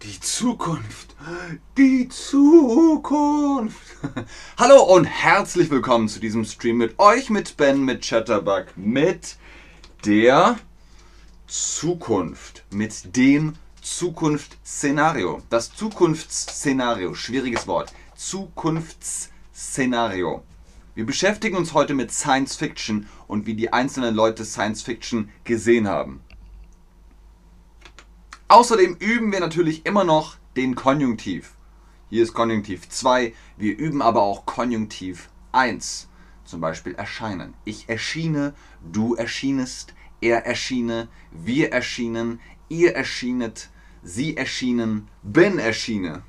Die Zukunft. Die Zukunft. Hallo und herzlich willkommen zu diesem Stream mit euch, mit Ben, mit Chatterbug, mit der Zukunft, mit dem Zukunftsszenario. Das Zukunftsszenario, schwieriges Wort. Zukunftsszenario. Wir beschäftigen uns heute mit Science Fiction und wie die einzelnen Leute Science Fiction gesehen haben. Außerdem üben wir natürlich immer noch den Konjunktiv. Hier ist Konjunktiv 2, wir üben aber auch Konjunktiv 1. Zum Beispiel erscheinen. Ich erschiene, du erschienest, er erschiene, wir erschienen, ihr erschienet, sie erschienen, Ben erschiene.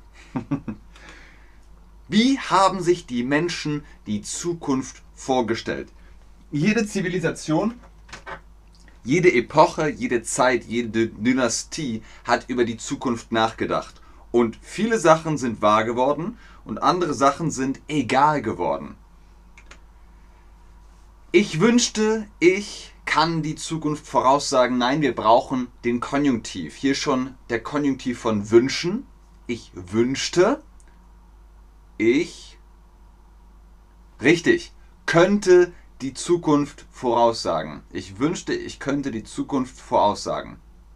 Wie haben sich die Menschen die Zukunft vorgestellt? Jede Zivilisation, jede Epoche, jede Zeit, jede Dynastie hat über die Zukunft nachgedacht. Und viele Sachen sind wahr geworden und andere Sachen sind egal geworden. Ich wünschte, ich kann die Zukunft voraussagen. Nein, wir brauchen den Konjunktiv. Hier schon der Konjunktiv von wünschen. Ich wünschte, ich, richtig, könnte die Zukunft voraussagen. Ich wünschte, ich könnte die Zukunft voraussagen.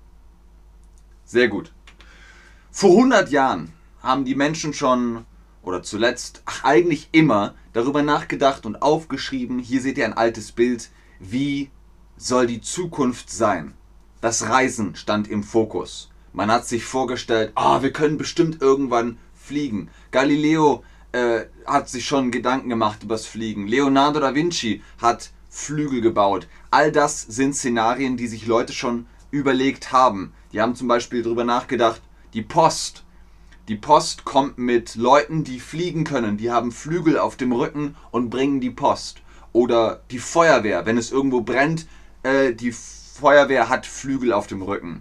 Sehr gut. Vor 100 Jahren haben die Menschen schon, oder zuletzt, eigentlich immer, darüber nachgedacht und aufgeschrieben. Hier seht ihr ein altes Bild. Wie soll die Zukunft sein? Das Reisen stand im Fokus. Man hat sich vorgestellt, wir können bestimmt irgendwann fliegen. Galileo hat sich schon Gedanken gemacht über das Fliegen. Leonardo da Vinci hat Flügel gebaut. All das sind Szenarien, die sich Leute schon überlegt haben. Die haben zum Beispiel darüber nachgedacht, die Post. Die Post kommt mit Leuten, die fliegen können. Die haben Flügel auf dem Rücken und bringen die Post. Oder die Feuerwehr, wenn es irgendwo brennt, die Feuerwehr hat Flügel auf dem Rücken.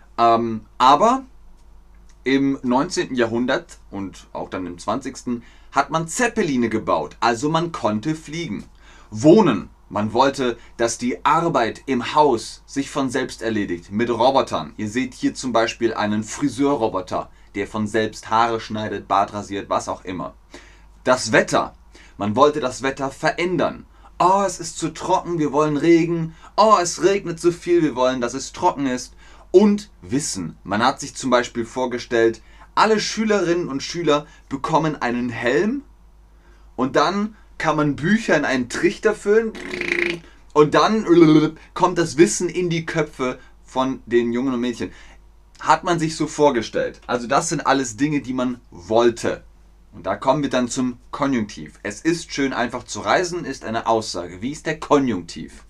Aber im 19. Jahrhundert und auch dann im 20. hat man Zeppeline gebaut, also man konnte fliegen. Wohnen, man wollte, dass die Arbeit im Haus sich von selbst erledigt, mit Robotern. Ihr seht hier zum Beispiel einen Friseurroboter, der von selbst Haare schneidet, Bart rasiert, was auch immer. Das Wetter, man wollte das Wetter verändern. Es ist zu trocken, wir wollen Regen. Es regnet zu viel, wir wollen, dass es trocken ist. Und Wissen. Man hat sich zum Beispiel vorgestellt, alle Schülerinnen und Schüler bekommen einen Helm und dann kann man Bücher in einen Trichter füllen und dann kommt das Wissen in die Köpfe von den Jungen und Mädchen. Hat man sich so vorgestellt. Also das sind alles Dinge, die man wollte. Und da kommen wir dann zum Konjunktiv. Es ist schön einfach zu reisen, ist eine Aussage. Wie ist der Konjunktiv?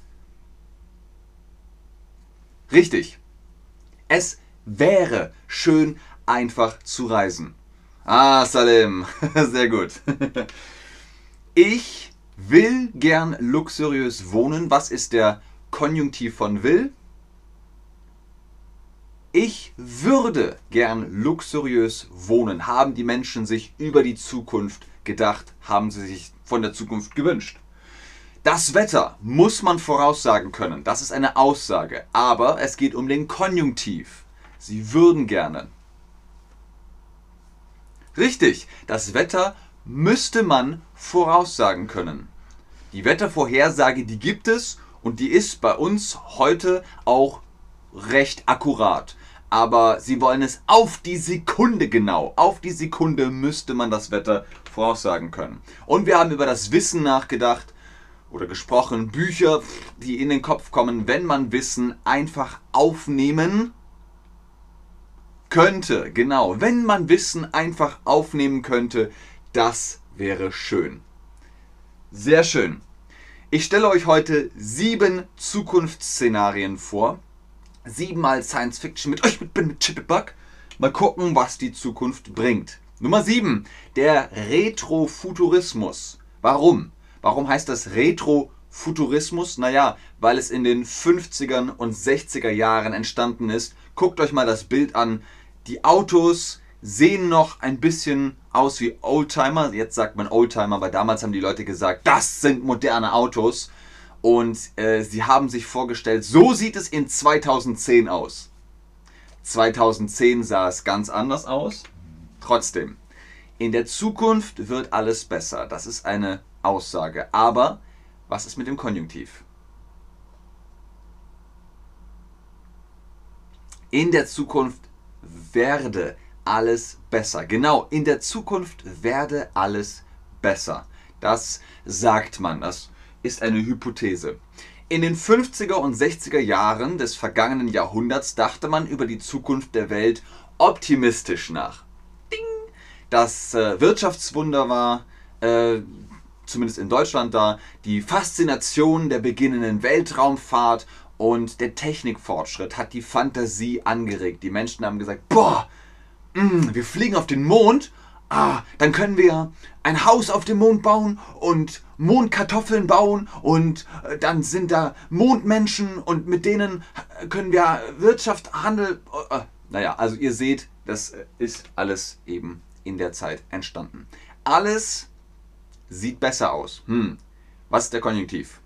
Richtig. Es wäre schön, einfach zu reisen. Salim, sehr gut. Ich will gern luxuriös wohnen. Was ist der Konjunktiv von will? Ich würde gern luxuriös wohnen. Haben die Menschen sich über die Zukunft gedacht? Haben sie sich von der Zukunft gewünscht? Das Wetter muss man voraussagen können. Das ist eine Aussage. Aber es geht um den Konjunktiv. Sie würden gerne. Richtig, das Wetter müsste man voraussagen können. Die Wettervorhersage, die gibt es und die ist bei uns heute auch recht akkurat. Aber sie wollen es auf die Sekunde genau. Auf die Sekunde müsste man das Wetter voraussagen können. Und wir haben über das Wissen nachgedacht oder gesprochen. Bücher, die in den Kopf kommen, wenn man Wissen einfach aufnehmen könnte. Genau, wenn man Wissen einfach aufnehmen könnte, das wäre schön. Sehr schön. Ich stelle euch heute 7 Zukunftsszenarien vor. 7 mal Science Fiction mit euch, mit Chatterbug. Mal gucken, was die Zukunft bringt. Nummer 7, der Retrofuturismus. Warum? Warum heißt das Retrofuturismus? Naja, weil es in den 50er und 60er Jahren entstanden ist. Guckt euch mal das Bild an. Die Autos sehen noch ein bisschen aus wie Oldtimer. Jetzt sagt man Oldtimer, aber damals haben die Leute gesagt, das sind moderne Autos. Und sie haben sich vorgestellt, so sieht es in 2010 aus. 2010 sah es ganz anders aus. Trotzdem, in der Zukunft wird alles besser. Das ist eine Aussage. Aber was ist mit dem Konjunktiv? In der Zukunft werde alles besser. Genau, in der Zukunft werde alles besser. Das sagt man. Das ist eine Hypothese. In den 50er und 60er Jahren des vergangenen Jahrhunderts dachte man über die Zukunft der Welt optimistisch nach. Ding! Das Wirtschaftswunder war, zumindest in Deutschland da, die Faszination der beginnenden Weltraumfahrt und der Technikfortschritt hat die Fantasie angeregt. Die Menschen haben gesagt, boah, wir fliegen auf den Mond, dann können wir ein Haus auf dem Mond bauen und Mondkartoffeln bauen und dann sind da Mondmenschen und mit denen können wir Wirtschaft, Handel... Naja, also ihr seht, das ist alles eben in der Zeit entstanden. Alles sieht besser aus. Was ist der Konjunktiv?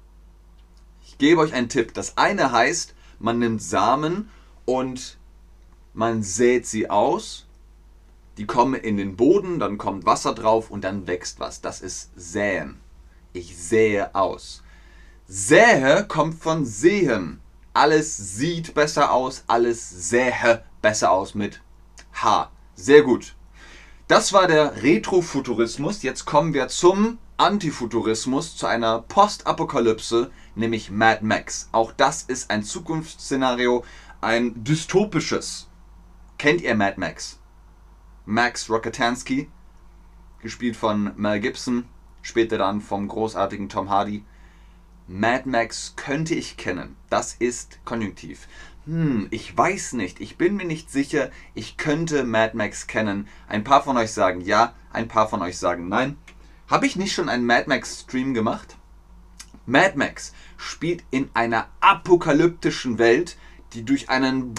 Ich gebe euch einen Tipp. Das eine heißt, man nimmt Samen und man sät sie aus. Die kommen in den Boden, dann kommt Wasser drauf und dann wächst was. Das ist säen. Ich sähe aus. Sähe kommt von sehen. Alles sieht besser aus, alles sähe besser aus mit H. Sehr gut. Das war der Retrofuturismus. Jetzt kommen wir zum Antifuturismus, zu einer Postapokalypse, nämlich Mad Max. Auch das ist ein Zukunftsszenario, ein dystopisches. Kennt ihr Mad Max? Max Rokitansky, gespielt von Mel Gibson, später dann vom großartigen Tom Hardy. Mad Max könnte ich kennen. Das ist Konjunktiv. Ich weiß nicht, ich bin mir nicht sicher, ich könnte Mad Max kennen. Ein paar von euch sagen ja, ein paar von euch sagen nein. Habe ich nicht schon einen Mad Max Stream gemacht? Mad Max spielt in einer apokalyptischen Welt, die durch einen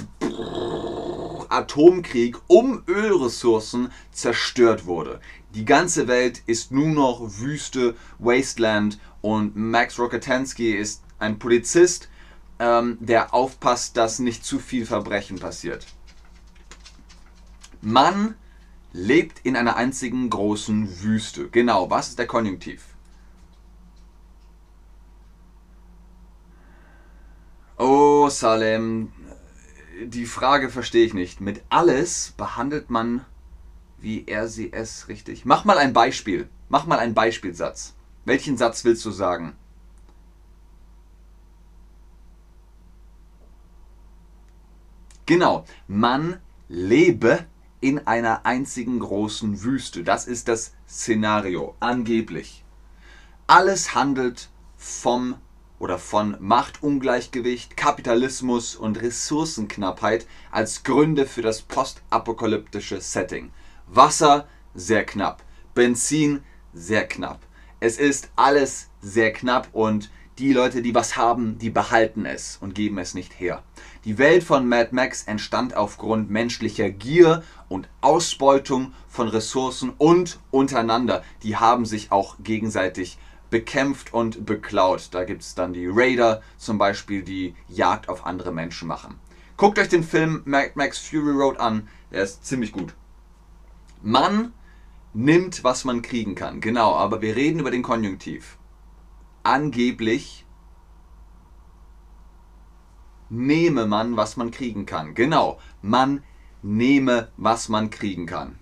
Atomkrieg um Ölressourcen zerstört wurde. Die ganze Welt ist nur noch Wüste, Wasteland und Max Rokitansky ist ein Polizist, der aufpasst, dass nicht zu viel Verbrechen passiert. Man lebt in einer einzigen großen Wüste. Genau, was ist der Konjunktiv? Oh, Salem, die Frage verstehe ich nicht. Mit alles behandelt man wie er sie es richtig. Mach mal ein Beispiel. Mach mal einen Beispielsatz. Welchen Satz willst du sagen? Genau, man lebe in einer einzigen großen Wüste. Das ist das Szenario, angeblich. Alles handelt von Machtungleichgewicht, Kapitalismus und Ressourcenknappheit als Gründe für das postapokalyptische Setting. Wasser sehr knapp, Benzin sehr knapp. Es ist alles sehr knapp und die Leute, die was haben, die behalten es und geben es nicht her. Die Welt von Mad Max entstand aufgrund menschlicher Gier und Ausbeutung von Ressourcen und untereinander. Die haben sich auch gegenseitig bekämpft und beklaut. Da gibt es dann die Raider zum Beispiel, die Jagd auf andere Menschen machen. Guckt euch den Film Mad Max Fury Road an, der ist ziemlich gut. Man nimmt, was man kriegen kann. Genau, aber wir reden über den Konjunktiv. Angeblich nehme man, was man kriegen kann. Genau, man nehme, was man kriegen kann.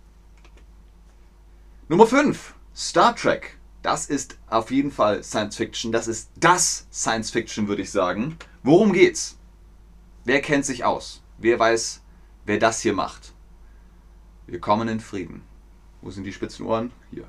Nummer 5. Star Trek. Das ist auf jeden Fall Science Fiction. Das ist das Science Fiction, würde ich sagen. Worum geht's? Wer kennt sich aus? Wer weiß, wer das hier macht? Wir kommen in Frieden. Wo sind die spitzen Ohren? Hier.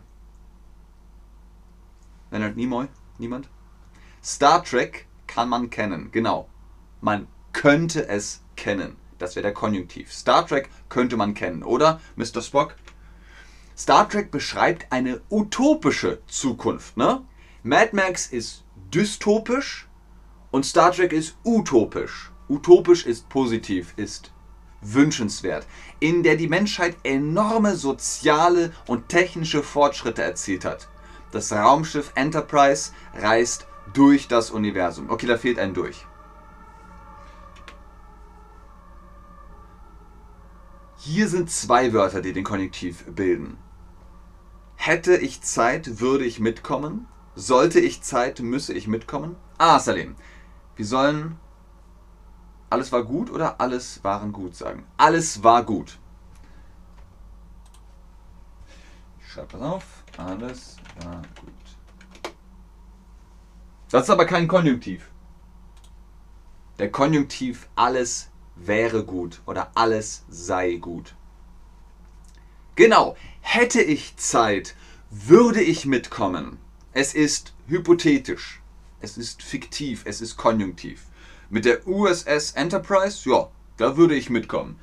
Leonard Nimoy? Niemand? Star Trek kann man kennen. Genau. Man könnte es kennen. Das wäre der Konjunktiv. Star Trek könnte man kennen, oder, Mr. Spock? Star Trek beschreibt eine utopische Zukunft, ne? Mad Max ist dystopisch und Star Trek ist utopisch. Utopisch ist positiv, ist wünschenswert, in der die Menschheit enorme soziale und technische Fortschritte erzielt hat. Das Raumschiff Enterprise reist durch das Universum. Okay, da fehlt ein durch. Hier sind zwei Wörter, die den Konjunktiv bilden. Hätte ich Zeit, würde ich mitkommen. Sollte ich Zeit, müsse ich mitkommen. Salim. Wir sollen alles war gut oder alles waren gut sagen? Alles war gut. Ich schreibe das auf. Alles war gut. Das ist aber kein Konjunktiv. Der Konjunktiv alles wäre gut oder alles sei gut. Genau, hätte ich Zeit, würde ich mitkommen. Es ist hypothetisch, es ist fiktiv, es ist konjunktiv. Mit der USS Enterprise, ja, da würde ich mitkommen.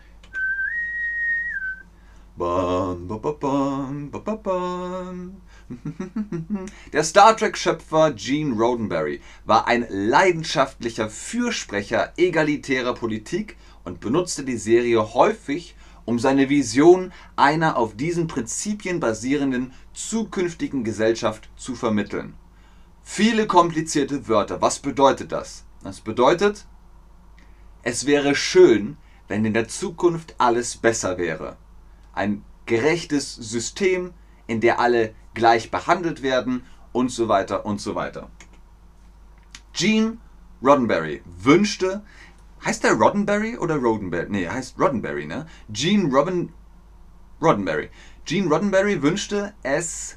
Der Star Trek-Schöpfer Gene Roddenberry war ein leidenschaftlicher Fürsprecher egalitärer Politik und benutzte die Serie häufig, um seine Vision einer auf diesen Prinzipien basierenden zukünftigen Gesellschaft zu vermitteln. Viele komplizierte Wörter. Was bedeutet das? Das bedeutet, es wäre schön, wenn in der Zukunft alles besser wäre. Ein gerechtes System, in der alle gleich behandelt werden und so weiter und so weiter. Gene Roddenberry wünschte, heißt der Roddenberry oder Roddenberry? Nee, er heißt Roddenberry, ne? Gene Roddenberry. Gene Roddenberry wünschte, es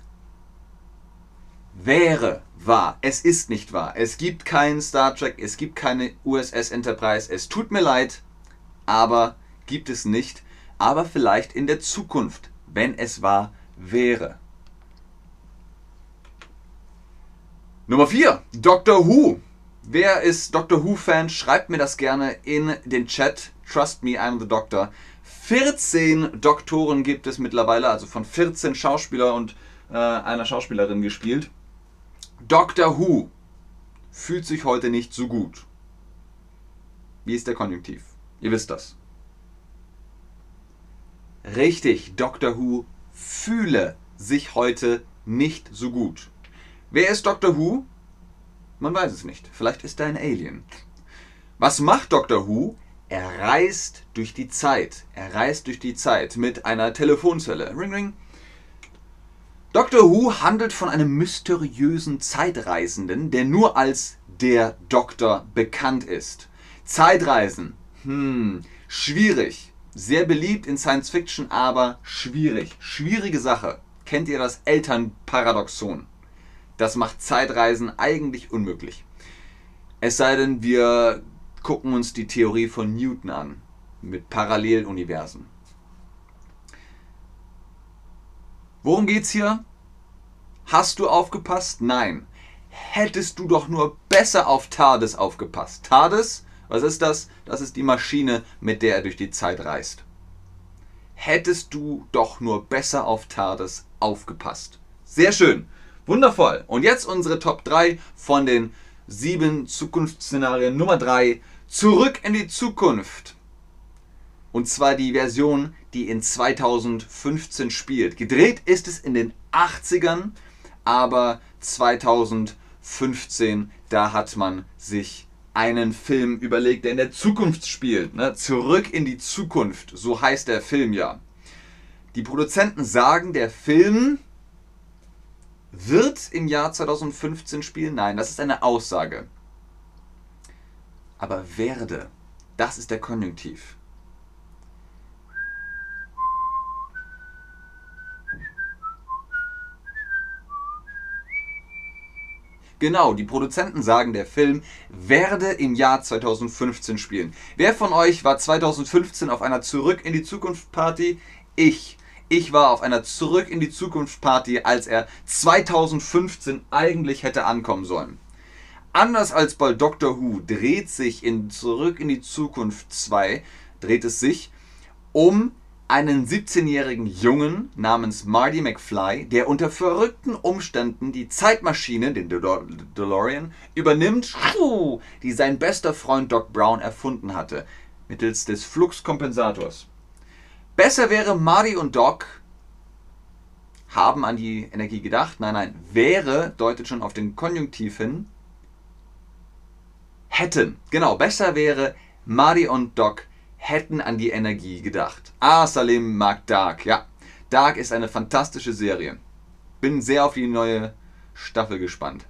wäre wahr. Es ist nicht wahr. Es gibt keinen Star Trek, es gibt keine USS Enterprise. Es tut mir leid, aber gibt es nicht. Aber vielleicht in der Zukunft, wenn es wahr wäre. Nummer 4. Doctor Who. Wer ist Doctor Who-Fan? Schreibt mir das gerne in den Chat. Trust me, I'm the Doctor. 14 Doktoren gibt es mittlerweile, also von 14 Schauspielern und einer Schauspielerin gespielt. Doctor Who fühlt sich heute nicht so gut. Wie ist der Konjunktiv? Ihr wisst das. Richtig, Doctor Who fühle sich heute nicht so gut. Wer ist Doctor Who? Man weiß es nicht. Vielleicht ist er ein Alien. Was macht Doctor Who? Er reist durch die Zeit. Er reist durch die Zeit mit einer Telefonzelle. Ring, ring. Doctor Who handelt von einem mysteriösen Zeitreisenden, der nur als der Doktor bekannt ist. Zeitreisen. Schwierig. Sehr beliebt in Science Fiction, aber schwierig. Schwierige Sache. Kennt ihr das Elternparadoxon? Das macht Zeitreisen eigentlich unmöglich. Es sei denn, wir gucken uns die Theorie von Newton an, mit Paralleluniversen. Worum geht's hier? Hast du aufgepasst? Nein. Hättest du doch nur besser auf TARDIS aufgepasst. TARDIS, was ist das? Das ist die Maschine, mit der er durch die Zeit reist. Hättest du doch nur besser auf TARDIS aufgepasst. Sehr schön. Wundervoll. Und jetzt unsere Top 3 von den 7 Zukunftsszenarien. Nummer 3. Zurück in die Zukunft. Und zwar die Version, die in 2015 spielt. Gedreht ist es in den 80ern, aber 2015, da hat man sich einen Film überlegt, der in der Zukunft spielt. Ne? Zurück in die Zukunft, so heißt der Film ja. Die Produzenten sagen, der Film wird im Jahr 2015 spielen. Nein, das ist eine Aussage. Aber werde, das ist der Konjunktiv. Genau, die Produzenten sagen, der Film werde im Jahr 2015 spielen. Wer von euch war 2015 auf einer Zurück in die Zukunft Party? Ich war auf einer Zurück in die Zukunft Party, als er 2015 eigentlich hätte ankommen sollen. Anders als bei Doctor Who dreht sich in Zurück in die Zukunft 2, dreht es sich um einen 17-jährigen Jungen namens Marty McFly, der unter verrückten Umständen die Zeitmaschine, den DeLorean, übernimmt, die sein bester Freund Doc Brown erfunden hatte, mittels des Fluxkompensators. Besser wäre, Marty und Doc haben an die Energie gedacht. Nein, wäre deutet schon auf den Konjunktiv hin. Hätten. Genau, besser wäre, Marty und Doc hätten an die Energie gedacht. Ah, Salim mag Dark. Ja, Dark ist eine fantastische Serie. Bin sehr auf die neue Staffel gespannt.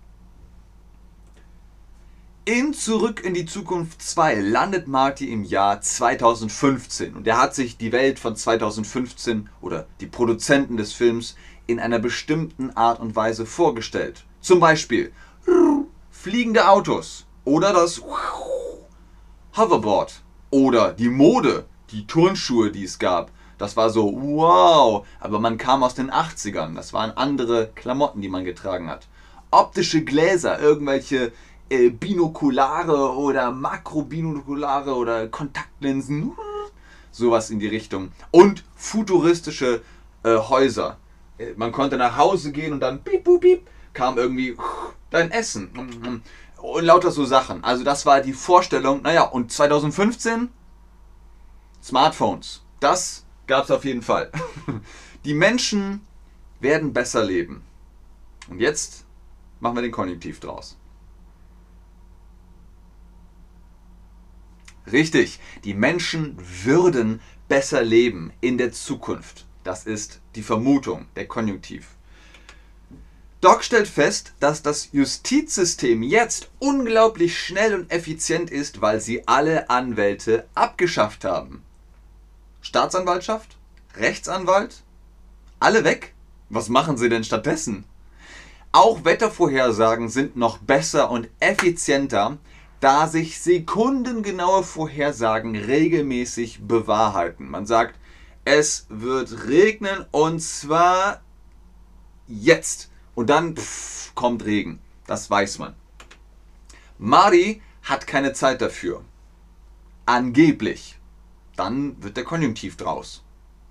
In Zurück in die Zukunft 2 landet Marty im Jahr 2015 und er hat sich die Welt von 2015 oder die Produzenten des Films in einer bestimmten Art und Weise vorgestellt. Zum Beispiel fliegende Autos oder das Hoverboard oder die Mode, die Turnschuhe, die es gab. Das war so wow, aber man kam aus den 80ern, das waren andere Klamotten, die man getragen hat. Optische Gläser, irgendwelche Binokulare oder Makrobinokulare oder Kontaktlinsen, sowas in die Richtung. Und futuristische Häuser. Man konnte nach Hause gehen und dann piep, piep, piep, kam irgendwie dein Essen. Und lauter so Sachen. Also das war die Vorstellung. Naja, und 2015 Smartphones. Das gab es auf jeden Fall. Die Menschen werden besser leben. Und jetzt machen wir den Konjunktiv draus. Richtig, die Menschen würden besser leben in der Zukunft. Das ist die Vermutung, der Konjunktiv. Doc stellt fest, dass das Justizsystem jetzt unglaublich schnell und effizient ist, weil sie alle Anwälte abgeschafft haben. Staatsanwaltschaft? Rechtsanwalt? Alle weg? Was machen sie denn stattdessen? Auch Wettervorhersagen sind noch besser und effizienter, da sich sekundengenaue Vorhersagen regelmäßig bewahrheiten. Man sagt, es wird regnen und zwar jetzt. Und dann kommt Regen. Das weiß man. Marty hat keine Zeit dafür. Angeblich. Dann wird der Konjunktiv draus.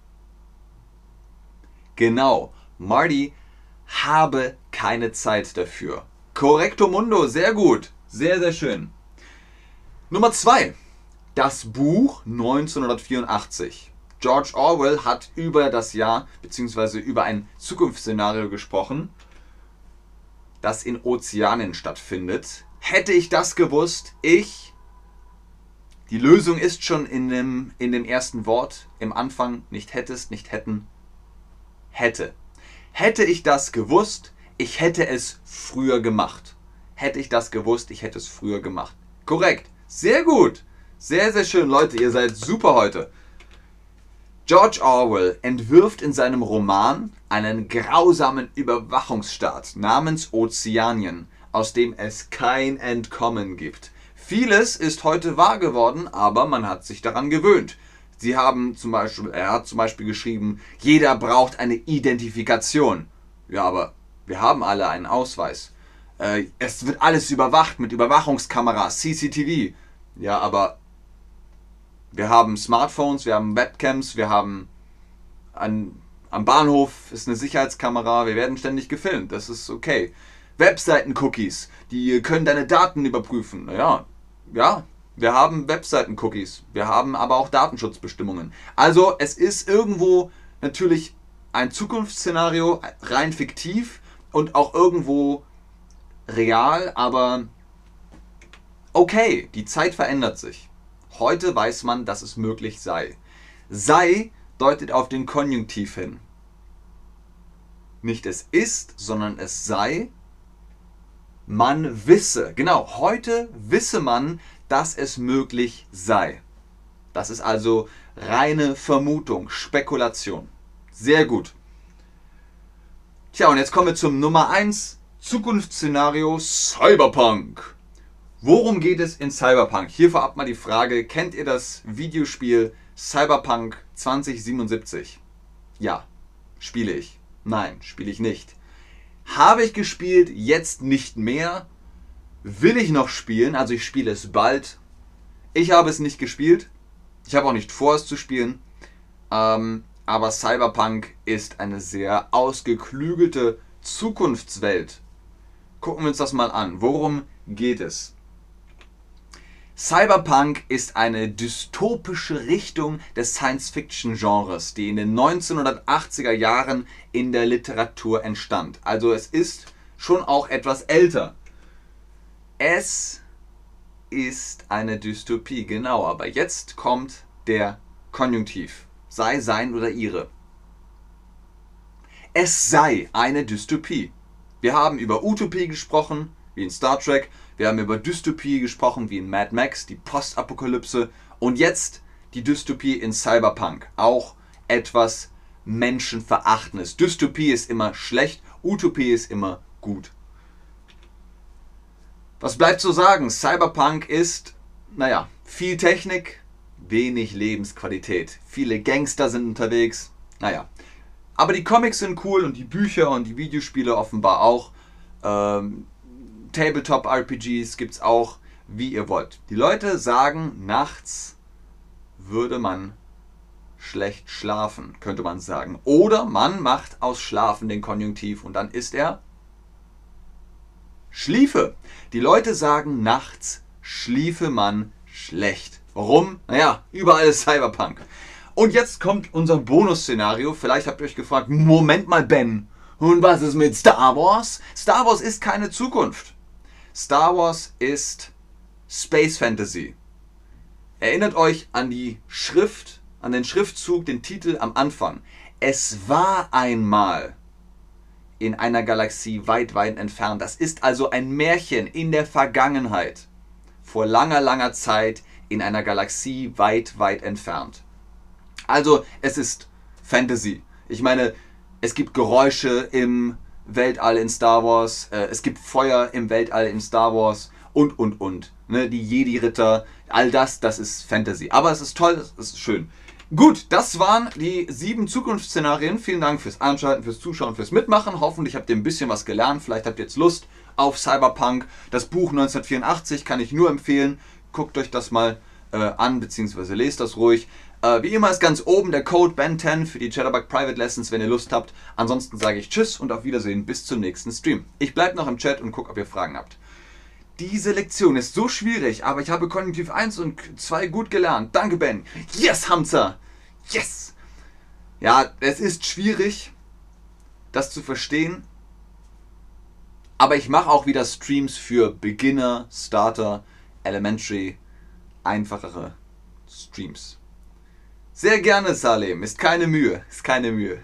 Genau. Marty habe keine Zeit dafür. Correcto mundo. Sehr gut. Sehr, sehr schön. Nummer 2. Das Buch 1984. George Orwell hat über das Jahr bzw. über ein Zukunftsszenario gesprochen, das in Ozeanen stattfindet. Hätte ich das gewusst, die Lösung ist schon in dem ersten Wort, im Anfang, nicht hättest, nicht hätten, hätte. Hätte ich das gewusst, ich hätte es früher gemacht. Hätte ich das gewusst, ich hätte es früher gemacht. Korrekt. Sehr gut. Sehr, sehr schön, Leute. Ihr seid super heute. George Orwell entwirft in seinem Roman einen grausamen Überwachungsstaat namens Ozeanien, aus dem es kein Entkommen gibt. Vieles ist heute wahr geworden, aber man hat sich daran gewöhnt. Er hat zum Beispiel geschrieben, jeder braucht eine Identifikation. Ja, aber wir haben alle einen Ausweis. Es wird alles überwacht mit Überwachungskameras, CCTV. Ja, aber wir haben Smartphones, wir haben Webcams, wir haben am Bahnhof ist eine Sicherheitskamera, wir werden ständig gefilmt, das ist okay. Webseiten-Cookies, die können deine Daten überprüfen. Naja, ja, wir haben Webseiten-Cookies, wir haben aber auch Datenschutzbestimmungen. Also es ist irgendwo natürlich ein Zukunftsszenario, rein fiktiv und auch irgendwo real, aber okay, die Zeit verändert sich. Heute weiß man, dass es möglich sei. Sei deutet auf den Konjunktiv hin. Nicht es ist, sondern es sei. Man wisse. Genau, heute wisse man, dass es möglich sei. Das ist also reine Vermutung, Spekulation. Sehr gut. Tja, und jetzt kommen wir zum Nummer 1 Zukunftsszenario Cyberpunk. Worum geht es in Cyberpunk? Hier vorab mal die Frage, kennt ihr das Videospiel Cyberpunk 2077? Ja. Spiele ich? Nein, spiele ich nicht. Habe ich gespielt, jetzt nicht mehr. Will ich noch spielen, also ich spiele es bald. Ich habe es nicht gespielt. Ich habe auch nicht vor, es zu spielen. Aber Cyberpunk ist eine sehr ausgeklügelte Zukunftswelt. Gucken wir uns das mal an. Worum geht es? Cyberpunk ist eine dystopische Richtung des Science-Fiction-Genres, die in den 1980er Jahren in der Literatur entstand. Also es ist schon auch etwas älter. Es ist eine Dystopie, genau, aber jetzt kommt der Konjunktiv. Sei sein oder ihre. Es sei eine Dystopie. Wir haben über Utopie gesprochen, wie in Star Trek. Wir haben über Dystopie gesprochen, wie in Mad Max, die Postapokalypse. Und jetzt die Dystopie in Cyberpunk. Auch etwas Menschenverachtendes. Dystopie ist immer schlecht, Utopie ist immer gut. Was bleibt zu sagen? Cyberpunk ist, naja, viel Technik, wenig Lebensqualität. Viele Gangster sind unterwegs. Naja. Aber die Comics sind cool und die Bücher und die Videospiele offenbar auch. Tabletop-RPGs gibt es auch, wie ihr wollt. Die Leute sagen, nachts würde man schlecht schlafen, könnte man sagen. Oder man macht aus Schlafen den Konjunktiv und dann ist er Schliefe. Die Leute sagen, nachts schliefe man schlecht. Warum? Naja, überall ist Cyberpunk. Und jetzt kommt unser Bonusszenario. Vielleicht habt ihr euch gefragt, Moment mal Ben, und was ist mit Star Wars? Star Wars ist keine Zukunft. Star Wars ist Space Fantasy. Erinnert euch an die Schrift, an den Schriftzug, den Titel am Anfang. Es war einmal in einer Galaxie weit, weit entfernt. Das ist also ein Märchen in der Vergangenheit. Vor langer, langer Zeit in einer Galaxie weit, weit entfernt. Also es ist Fantasy. Ich meine, es gibt Geräusche im Weltall in Star Wars, es gibt Feuer im Weltall in Star Wars und. Ne? Die Jedi-Ritter, all das ist Fantasy. Aber es ist toll, es ist schön. Gut, das waren die 7 Zukunftsszenarien. Vielen Dank fürs Einschalten, fürs Zuschauen, fürs Mitmachen. Hoffentlich habt ihr ein bisschen was gelernt. Vielleicht habt ihr jetzt Lust auf Cyberpunk. Das Buch 1984 kann ich nur empfehlen. Guckt euch das mal an, beziehungsweise lest das ruhig. Wie immer ist ganz oben der Code BEN10 für die Chatterbug Private Lessons, wenn ihr Lust habt. Ansonsten sage ich Tschüss und auf Wiedersehen bis zum nächsten Stream. Ich bleibe noch im Chat und gucke, ob ihr Fragen habt. Diese Lektion ist so schwierig, aber ich habe Konjunktiv 1 und 2 gut gelernt. Danke, Ben. Yes, Hamza. Yes. Ja, es ist schwierig, das zu verstehen. Aber ich mache auch wieder Streams für Beginner, Starter, Elementary, einfachere Streams. Sehr gerne, Salem. Ist keine Mühe. Ist keine Mühe.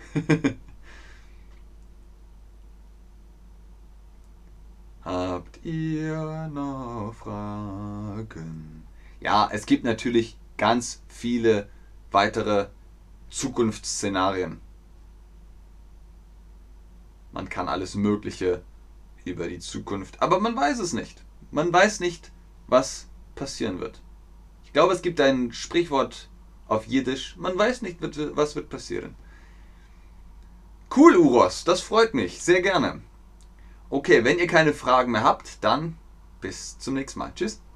Habt ihr noch Fragen? Ja, es gibt natürlich ganz viele weitere Zukunftsszenarien. Man kann alles Mögliche über die Zukunft, aber man weiß es nicht. Man weiß nicht, was passieren wird. Ich glaube, es gibt ein Sprichwort auf Jiddisch. Man weiß nicht, was wird passieren. Cool, Uros. Das freut mich. Sehr gerne. Okay, wenn ihr keine Fragen mehr habt, dann bis zum nächsten Mal. Tschüss.